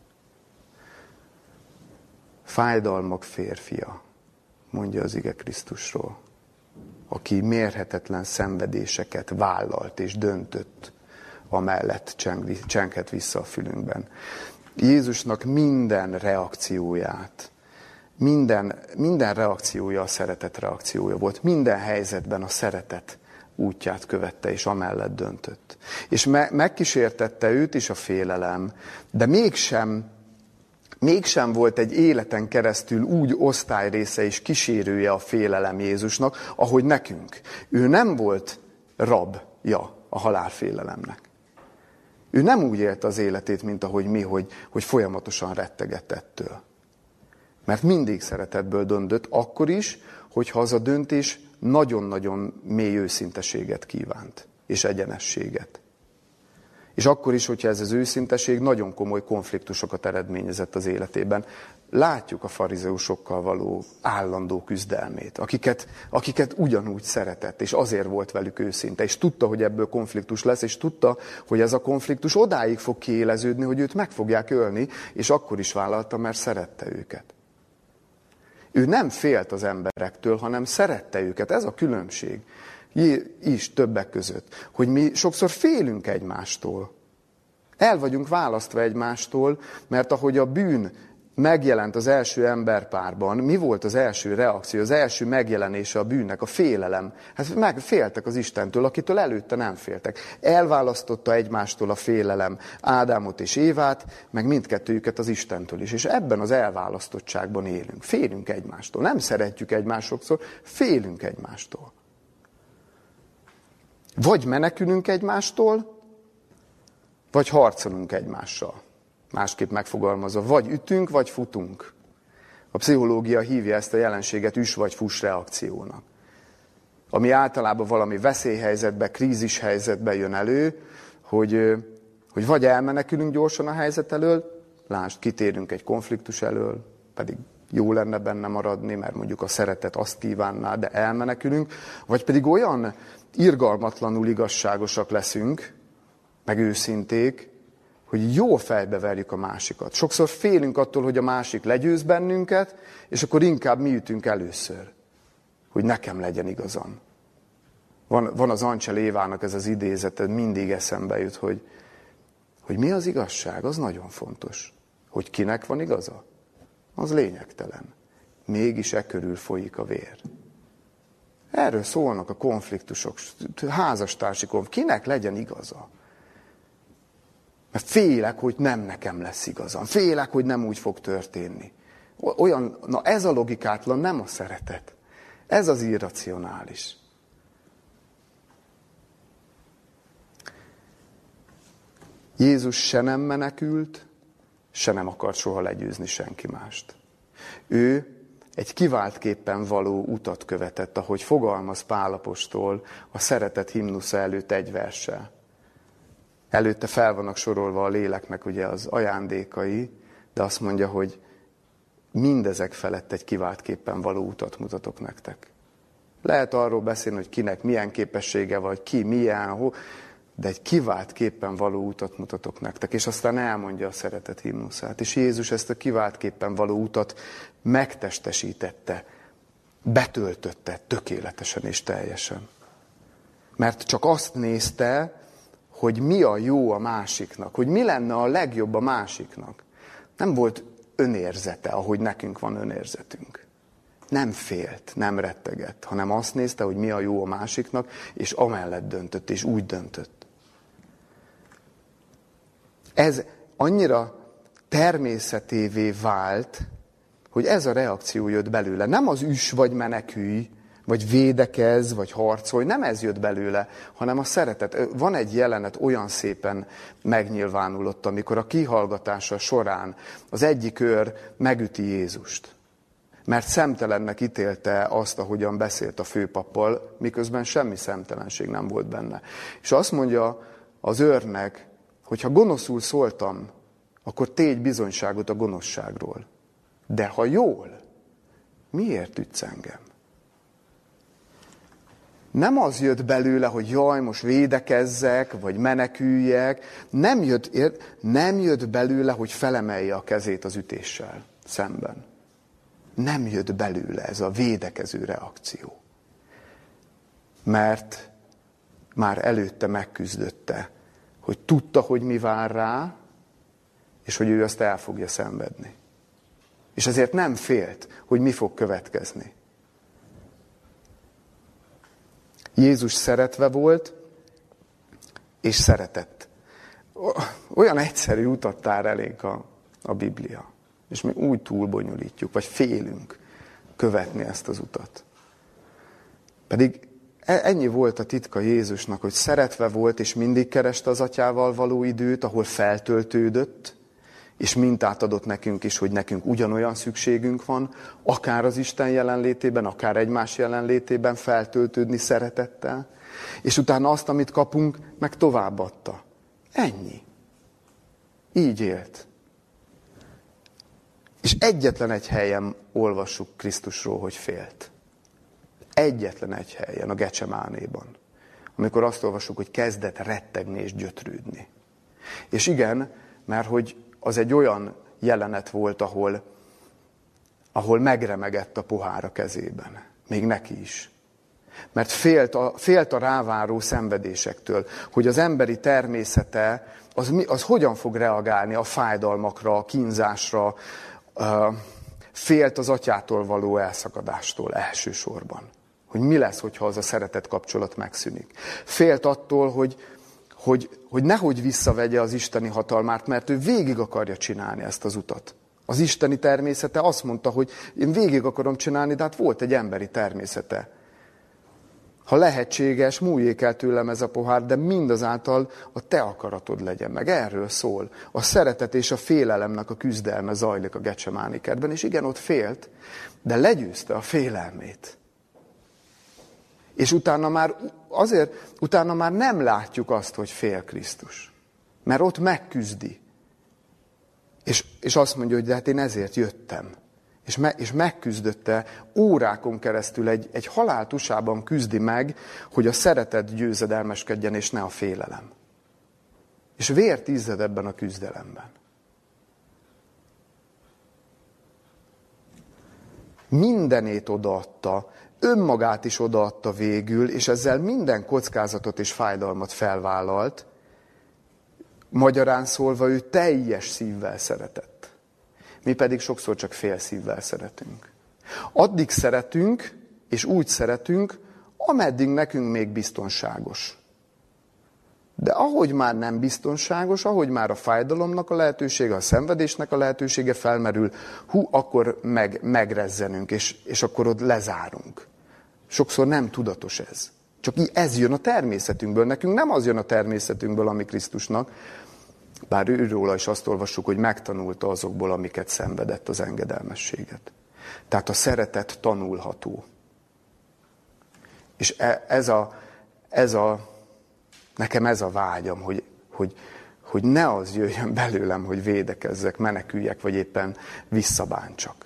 Fájdalmak férfia, mondja az ige Krisztusról, aki mérhetetlen szenvedéseket vállalt és döntött, amellett csenghet vissza a fülünkben. Jézusnak minden reakcióját, minden, minden reakciója a szeretet reakciója volt. Minden helyzetben a szeretet útját követte, és amellett döntött. És me- megkísértette őt is a félelem, de mégsem, mégsem volt egy életen keresztül úgy osztályrésze és kísérője a félelem Jézusnak, ahogy nekünk. Ő nem volt rabja a halálfélelemnek. Ő nem úgy élte az életét, mint ahogy mi, hogy, hogy folyamatosan rettegett ettől. Mert mindig szeretetből döntött, akkor is, hogyha az a döntés nagyon-nagyon mély őszinteséget kívánt, és egyenességet. És akkor is, hogyha ez az őszinteség nagyon komoly konfliktusokat eredményezett az életében. Látjuk a farizeusokkal való állandó küzdelmét, akiket, akiket ugyanúgy szeretett, és azért volt velük őszinte, és tudta, hogy ebből konfliktus lesz, és tudta, hogy ez a konfliktus odáig fog kiéleződni, hogy őt meg fogják ölni, és akkor is vállalta, mert szerette őket. Ő nem félt az emberektől, hanem szerette őket. Ez a különbség is többek között, hogy mi sokszor félünk egymástól. El vagyunk választva egymástól, mert ahogy a bűn megjelent az első emberpárban, mi volt az első reakció, az első megjelenése a bűnnek, a félelem? Hát meg féltek az Istentől, akitől előtte nem féltek. Elválasztotta egymástól a félelem Ádámot és Évát, meg mindkettőjüket az Istentől is. És ebben az elválasztottságban élünk. Félünk egymástól. Nem szeretjük egymást sokszor, félünk egymástól. Vagy menekülünk egymástól, vagy harcolunk egymással. Másképp megfogalmazva, vagy ütünk, vagy futunk. A pszichológia hívja ezt a jelenséget üs vagy fuss reakciónak. Ami általában valami veszélyhelyzetbe, krízishelyzetbe jön elő, hogy, hogy vagy elmenekülünk gyorsan a helyzet elől, lásd, kitérünk egy konfliktus elől, pedig jó lenne benne maradni, mert mondjuk a szeretet azt kívánná, de elmenekülünk, vagy pedig olyan irgalmatlanul igazságosak leszünk, meg őszinték, hogy jól fejbeverjük a másikat. Sokszor félünk attól, hogy a másik legyőz bennünket, és akkor inkább mi ütünk először, hogy nekem legyen igazam. Van, van az Ancsel Évának ez az idézete, mindig eszembe jut, hogy, hogy mi az igazság, az nagyon fontos. Hogy kinek van igaza, az lényegtelen. Mégis e körül folyik a vér. Erről szólnak a konfliktusok, házastársi konfliktusok. Kinek legyen igaza? Mert félek, hogy nem nekem lesz igazam. Félek, hogy nem úgy fog történni. Olyan, na ez a logikátlan, nem a szeretet. Ez az irracionális. Jézus se nem menekült, se nem akart soha legyőzni senki mást. Ő egy kiváltképpen való utat követett, ahogy fogalmaz Pál apostol a szeretet himnusza előtt egy verssel. Előtte fel vannak sorolva a léleknek ugye az ajándékai, de azt mondja, hogy mindezek felett egy kiváltképpen való utat mutatok nektek. Lehet arról beszélni, hogy kinek milyen képessége vagy, ki milyen, de egy kiváltképpen való utat mutatok nektek. És aztán elmondja a szeretet himnuszát. És Jézus ezt a kiváltképpen való utat megtestesítette, betöltötte tökéletesen és teljesen. Mert csak azt nézte, hogy mi a jó a másiknak, hogy mi lenne a legjobb a másiknak. Nem volt önérzete, ahogy nekünk van önérzetünk. Nem félt, nem rettegett, hanem azt nézte, hogy mi a jó a másiknak, és amellett döntött, és úgy döntött. Ez annyira természetévé vált, hogy ez a reakció jött belőle. Nem az üs vagy menekülj, vagy védekezz, vagy harcolj. Nem ez jött belőle, hanem a szeretet. Van egy jelenet, olyan szépen megnyilvánulott, amikor a kihallgatása során az egyik őr megüti Jézust. Mert szemtelennek ítélte azt, ahogyan beszélt a főpappal, miközben semmi szemtelenség nem volt benne. És azt mondja az őrnek, hogy ha gonoszul szóltam, akkor tégy bizonyságot a gonoszságról. De ha jól, miért ütsz engem? Nem az jött belőle, hogy jaj, most védekezzek, vagy meneküljek. Nem jött, nem jött belőle, hogy felemelje a kezét az ütéssel szemben. Nem jött belőle ez a védekező reakció. Mert már előtte megküzdötte, hogy tudta, hogy mi vár rá, és hogy ő azt el fogja szenvedni. És ezért nem félt, hogy mi fog következni. Jézus szeretve volt, és szeretett. Olyan egyszerű utat tár elénk a, a Biblia. És mi úgy túlbonyolítjuk, vagy félünk követni ezt az utat. Pedig ennyi volt a titka Jézusnak, hogy szeretve volt, és mindig kereste az atyával való időt, ahol feltöltődött, és mintát adott nekünk is, hogy nekünk ugyanolyan szükségünk van, akár az Isten jelenlétében, akár egymás jelenlétében feltöltődni szeretettel, és utána azt, amit kapunk, meg továbbadta. Ennyi. Így élt. És egyetlen egy helyen olvassuk Krisztusról, hogy félt. Egyetlen egy helyen, a Gecsemánéban. Amikor azt olvassuk, hogy kezdett rettegni és gyötrődni. És igen, mert hogy az egy olyan jelenet volt, ahol, ahol megremegett a pohár a kezében. Még neki is. Mert félt a, félt a ráváró szenvedésektől, hogy az emberi természete, az, mi, az hogyan fog reagálni a fájdalmakra, a kínzásra, uh, félt az atyától való elszakadástól elsősorban. Hogy mi lesz, hogyha az a szeretet kapcsolat megszűnik. Félt attól, hogy, hogy, hogy nehogy visszavegye az isteni hatalmát, mert ő végig akarja csinálni ezt az utat. Az isteni természete azt mondta, hogy én végig akarom csinálni, de hát volt egy emberi természete. Ha lehetséges, múljék el tőlem ez a pohár, de mindazáltal a te akaratod legyen meg. Erről szól. A szeretet és a félelemnek a küzdelme zajlik a Gecsemáni kertben, és igen, ott félt, de legyőzte a félelmét. És utána már, azért, utána már nem látjuk azt, hogy fél Krisztus. Mert ott megküzdi. És, és azt mondja, hogy de hát én ezért jöttem. És, me, és megküzdötte, órákon keresztül egy, egy haláltusában küzdi meg, hogy a szeretet győzedelmeskedjen, és ne a félelem. És vért izzad ebben a küzdelemben. Mindenét odaadta, önmagát is odaadta végül, és ezzel minden kockázatot és fájdalmat felvállalt, magyarán szólva ő teljes szívvel szeretett. Mi pedig sokszor csak fél szívvel szeretünk. Addig szeretünk, és úgy szeretünk, ameddig nekünk még biztonságos. De ahogy már nem biztonságos, ahogy már a fájdalomnak a lehetősége, a szenvedésnek a lehetősége felmerül, hú, akkor meg, megrezzenünk, és, és akkor ott lezárunk. Sokszor nem tudatos ez. Csak ez jön a természetünkből. Nekünk nem az jön a természetünkből, ami Krisztusnak, bár őróla is azt olvassuk, hogy megtanulta azokból, amiket szenvedett, az engedelmességet. Tehát a szeretet tanulható. És ez a, ez a, nekem ez a vágyam, hogy, hogy, hogy ne az jöjjön belőlem, hogy védekezzek, meneküljek, vagy éppen visszabántsak.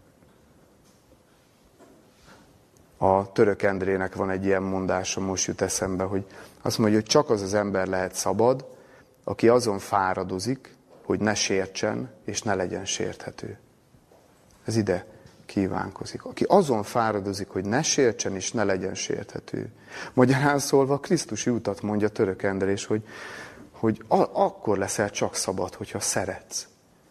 A Török Endrének van egy ilyen mondása, most jut eszembe, hogy azt mondja, hogy csak az az ember lehet szabad, aki azon fáradozik, hogy ne sértsen, és ne legyen sérthető. Ez ide kívánkozik. Aki azon fáradozik, hogy ne sértsen, és ne legyen sérthető. Magyarán szólva a Krisztusi utat mondja Török Endrés, hogy, hogy a- akkor leszel csak szabad, hogyha szeretsz.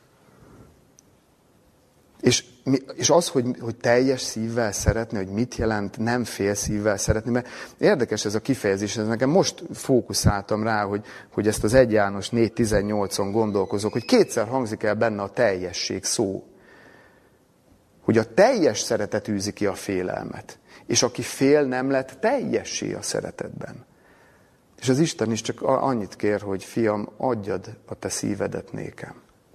És, és az, hogy, hogy teljes szívvel szeretni, hogy mit jelent nem fél szívvel szeretni, mert érdekes ez a kifejezés, ez nekem most fókuszáltam rá, hogy, hogy ezt az egy János négy tizennyolcon gondolkozok, hogy kétszer hangzik el benne a teljesség szó. hogy a teljes szeretet űzi ki a félelmet. És aki fél, nem lett teljessé a szeretetben. És az Isten is csak annyit kér, hogy fiam, adjad a te szívedet nékem.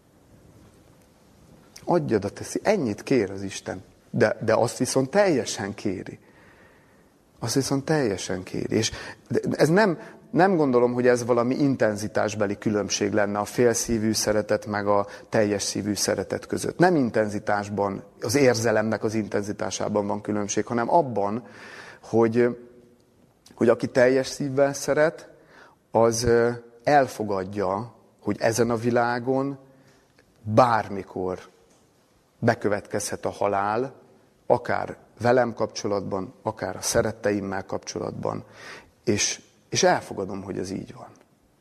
Adjad a te szívedet. Ennyit kér az Isten. De, de azt viszont teljesen kéri. Azt viszont teljesen kéri. És ez nem, nem gondolom, hogy ez valami intenzitásbeli különbség lenne a félszívű szeretet meg a teljes szívű szeretet között. Nem intenzitásban, az érzelemnek az intenzitásában van különbség, hanem abban, hogy, hogy aki teljes szívvel szeret, az elfogadja, hogy ezen a világon bármikor bekövetkezhet a halál, akár velem kapcsolatban, akár a szeretteimmel kapcsolatban, és, és elfogadom, hogy ez így van.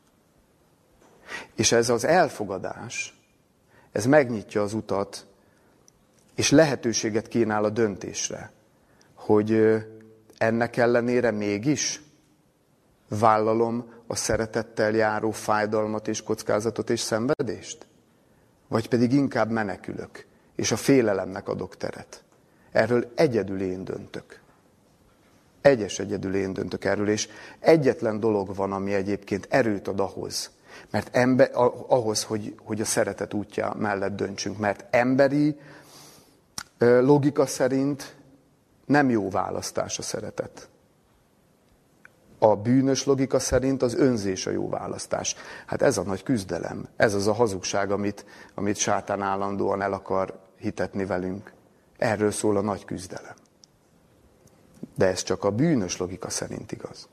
És ez az elfogadás, ez megnyitja az utat, és lehetőséget kínál a döntésre, hogy ennek ellenére mégis vállalom a szeretettel járó fájdalmat és kockázatot és szenvedést? Vagy pedig inkább menekülök, és a félelemnek adok teret? Erről egyedül én döntök. Egyes egyedül én döntök erről, és egyetlen dolog van, ami egyébként erőt ad ahhoz, mert ember, ahhoz, hogy, hogy a szeretet útja mellett döntsünk, mert emberi logika szerint nem jó választás a szeretet. A bűnös logika szerint az önzés a jó választás. Hát ez a nagy küzdelem, ez az a hazugság, amit, amit sátán állandóan el akar hitetni velünk. Erről szól a nagy küzdelem. De ez csak a bűnös logika szerint igaz.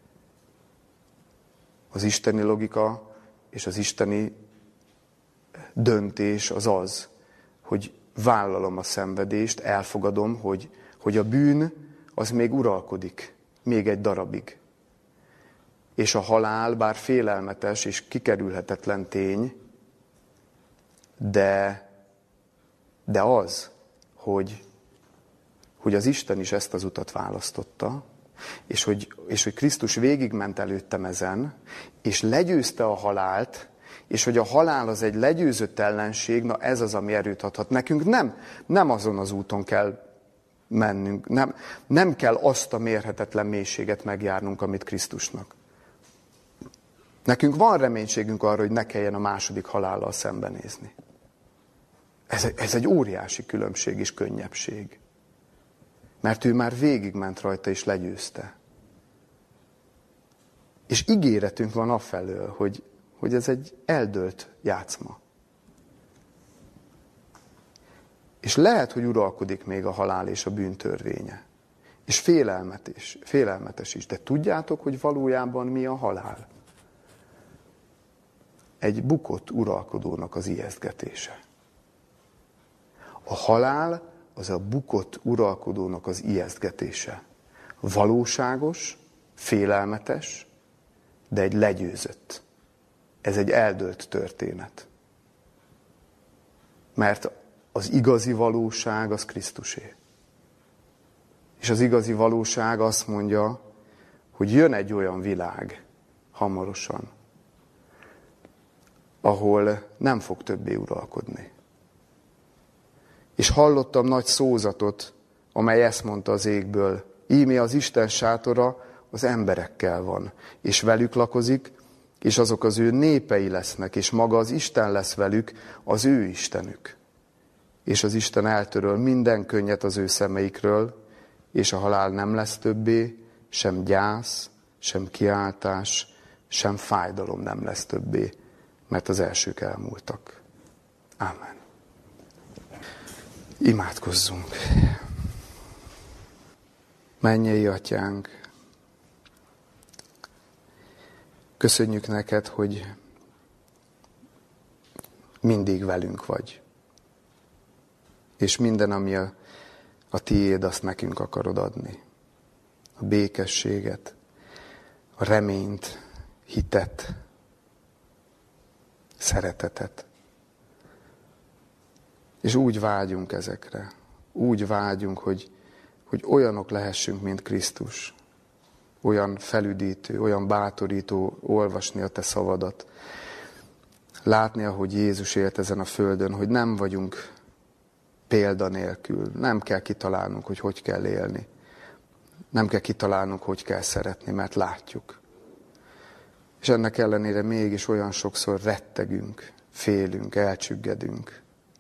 Az isteni logika és az isteni döntés az az, hogy vállalom a szenvedést, elfogadom, hogy, hogy a bűn az még uralkodik, még egy darabig. És a halál, bár félelmetes és kikerülhetetlen tény, de, de az, hogy, hogy az Isten is ezt az utat választotta, és hogy, és hogy Krisztus végigment előttem ezen, és legyőzte a halált, és hogy a halál az egy legyőzött ellenség, na ez az, ami erőt adhat nekünk. Nem, nem azon az úton kell mennünk, nem, nem kell azt a mérhetetlen mélységet megjárnunk, amit Krisztusnak. Nekünk van reménységünk arra, hogy ne kelljen a második halállal szembenézni. Ez, ez egy óriási különbség és könnyebbség. Mert ő már végigment rajta és legyőzte. És ígéretünk van afelől, hogy, hogy ez egy eldölt játszma. És lehet, hogy uralkodik még a halál és a bűn törvénye. És félelmetes, félelmetes is. De tudjátok, hogy valójában mi a halál? Egy bukott uralkodónak az ijesztgetése. A halál az a bukott uralkodónak az ijesztgetése. Valóságos, félelmetes, de egy legyőzött. Ez egy eldölt történet. Mert az igazi valóság az Krisztusé. És az igazi valóság azt mondja, hogy jön egy olyan világ hamarosan, ahol nem fog többé uralkodni. És hallottam nagy szózatot, amely ezt mondta az égből, íme az Isten sátora az emberekkel van, és velük lakozik, és azok az ő népei lesznek, és maga az Isten lesz velük, az ő Istenük. És az Isten eltöröl minden könnyet az ő szemeikről, és a halál nem lesz többé, sem gyász, sem kiáltás, sem fájdalom nem lesz többé, mert az elsők elmúltak. Ámen. Imádkozzunk. Mennyei Atyánk, köszönjük neked, hogy mindig velünk vagy. És minden, ami a, a tiéd, azt nekünk akarod adni. A békességet, a reményt, hitet, szeretetet. És úgy vágyunk ezekre. Úgy vágyunk, hogy, hogy olyanok lehessünk, mint Krisztus. Olyan felüdítő, olyan bátorító olvasni a te szavadat. Látni, ahogy Jézus élt ezen a földön, hogy nem vagyunk példa nélkül. Nem kell kitalálnunk, hogy hogy kell élni. Nem kell kitalálnunk, hogy kell szeretni, mert látjuk. És ennek ellenére mégis olyan sokszor rettegünk, félünk, elcsüggedünk.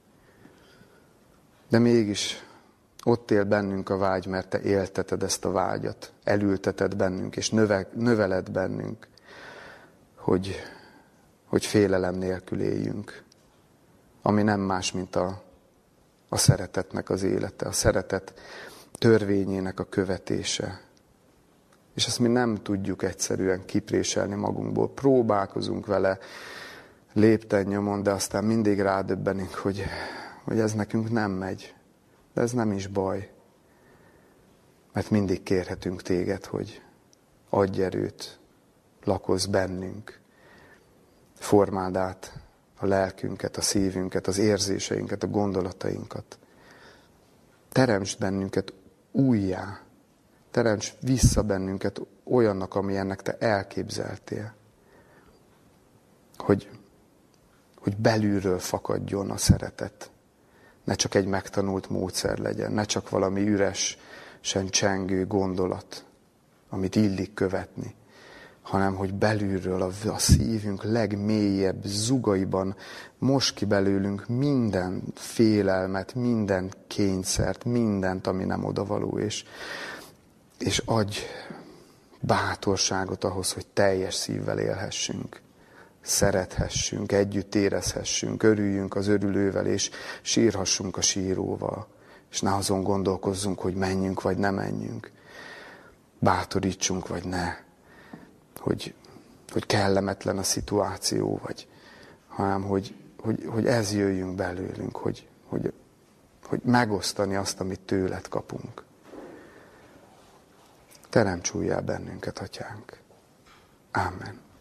De mégis ott él bennünk a vágy, mert te élteted ezt a vágyat, elülteted bennünk, és növe, növeled bennünk, hogy, hogy félelem nélkül éljünk. Ami nem más, mint a, a szeretetnek az élete, a szeretet törvényének a követése. És ezt mi nem tudjuk egyszerűen kipréselni magunkból. Próbálkozunk vele lépten nyomon, de aztán mindig rádöbbenünk, hogy, hogy ez nekünk nem megy. De ez nem is baj. Mert mindig kérhetünk téged, hogy adj erőt, lakozz bennünk, formáld át a lelkünket, a szívünket, az érzéseinket, a gondolatainkat. Teremtsd bennünket újjá. Teremts vissza bennünket olyannak, amilyennek te elképzeltél. Hogy, hogy belülről fakadjon a szeretet. Ne csak egy megtanult módszer legyen, ne csak valami üresen csengő gondolat, amit illik követni, hanem hogy belülről a, a szívünk legmélyebb zugaiban most ki belőlünk minden félelmet, minden kényszert, mindent, ami nem odavaló, és, és adj bátorságot ahhoz, hogy teljes szívvel élhessünk, szerethessünk, együtt érezhessünk, örüljünk az örülővel, és sírhassunk a síróval, és ne azon gondolkozzunk, hogy menjünk, vagy ne menjünk, bátorítsunk, vagy ne, hogy, hogy kellemetlen a szituáció, vagy, hanem hogy, hogy, hogy ez jöjjünk belőlünk, hogy, hogy, hogy megosztani azt, amit tőled kapunk. Teremts újjá bennünket, Atyánk. Ámen.